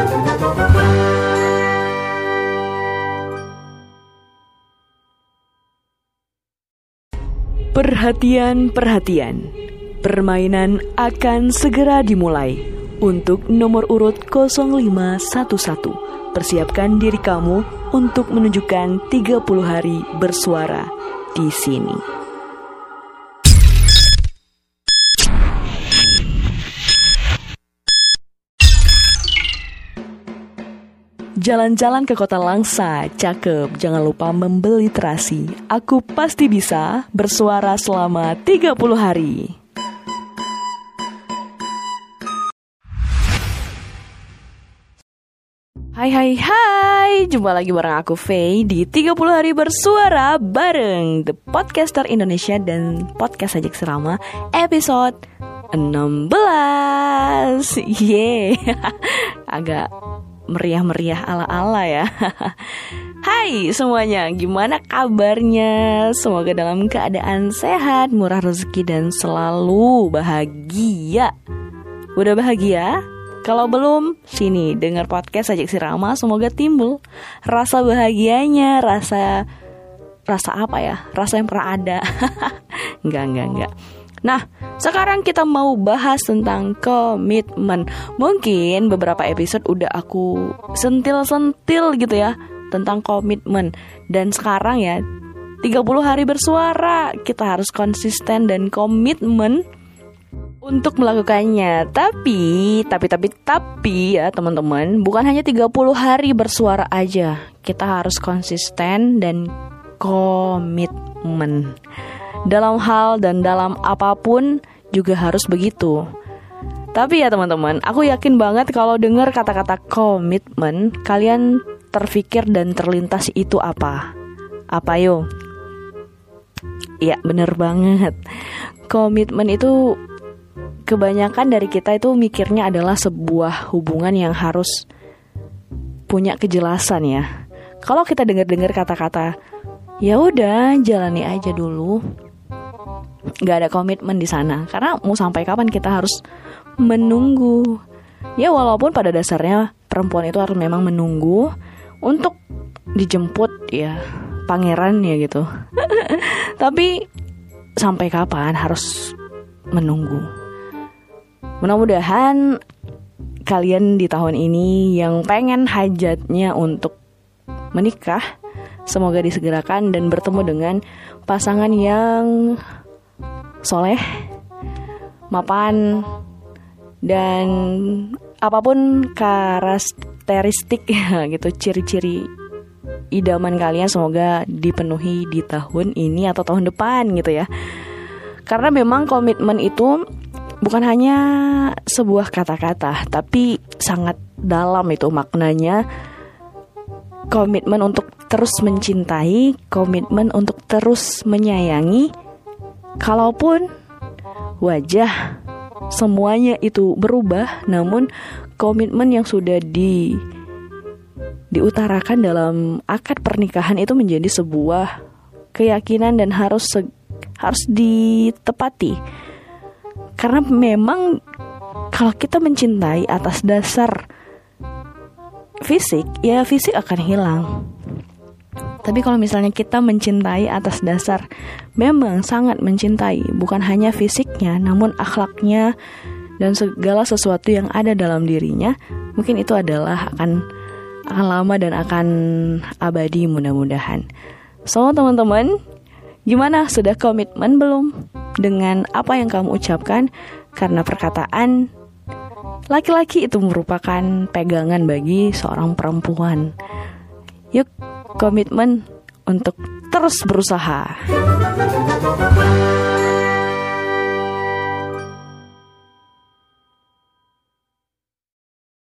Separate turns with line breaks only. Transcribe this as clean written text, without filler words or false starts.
Perhatian, perhatian. Permainan akan segera dimulai. Untuk nomor urut 0511, persiapkan diri kamu untuk menunjukkan 30 hari bersuara di sini. Jalan-jalan ke kota Langsa, cakep, jangan lupa membeli terasi. Aku pasti bisa bersuara selama 30 hari. Hai, jumpa lagi bareng aku Faye di 30 hari bersuara bareng The Podcaster Indonesia dan Podcast Sajak Serama episode 16. Agak meriah-meriah ala-ala ya. Hai semuanya, gimana kabarnya? Semoga dalam keadaan sehat, murah rezeki dan selalu bahagia. Udah bahagia? Kalau belum, sini dengar podcast Sajak Sirama, semoga timbul rasa bahagianya, rasa apa ya? Rasa yang pernah ada. Enggak. Nah, sekarang kita mau bahas tentang komitmen. Mungkin beberapa episode udah aku sentil-sentil gitu ya tentang komitmen. Dan sekarang ya 30 hari bersuara, kita harus konsisten dan komitmen untuk melakukannya. Tapi ya teman-teman, bukan hanya 30 hari bersuara aja. Kita harus konsisten dan komitmen. Dalam hal dan dalam apapun juga harus begitu. Tapi ya teman-teman, aku yakin banget kalau dengar kata-kata komitmen, kalian terfikir dan terlintas itu apa? Apa yo? Iya, bener banget. Komitmen itu kebanyakan dari kita itu mikirnya adalah sebuah hubungan yang harus punya kejelasan ya. Kalau kita dengar kata-kata ya udah jalani aja dulu, nggak ada komitmen di sana. Karena mau sampai kapan kita harus menunggu. Ya walaupun pada dasarnya perempuan itu harus memang menunggu untuk dijemput ya pangeran ya gitu. Tapi sampai kapan harus menunggu? Mudah-mudahan kalian di tahun ini yang pengen hajatnya untuk menikah, semoga disegerakan dan bertemu dengan pasangan yang soleh, mapan, dan apapun karakteristik ya gitu, ciri-ciri idaman kalian semoga dipenuhi di tahun ini atau tahun depan gitu ya. Karena memang komitmen itu bukan hanya sebuah kata-kata, tapi sangat dalam itu maknanya. Komitmen untuk terus mencintai, komitmen untuk terus menyayangi. Kalaupun wajah semuanya itu berubah, namun komitmen yang sudah diutarakan dalam akad pernikahan itu menjadi sebuah keyakinan dan harus ditepati. Karena memang kalau kita mencintai atas dasar fisik, ya fisik akan hilang. Tapi kalau misalnya kita mencintai atas dasar memang sangat mencintai, bukan hanya fisiknya, namun akhlaknya dan segala sesuatu yang ada dalam dirinya, mungkin itu adalah akan lama dan akan abadi mudah-mudahan. So teman-teman, gimana? Sudah komitmen belum dengan apa yang kamu ucapkan? Karena perkataan laki-laki itu merupakan pegangan bagi seorang perempuan. Yuk, komitmen untuk terus berusaha.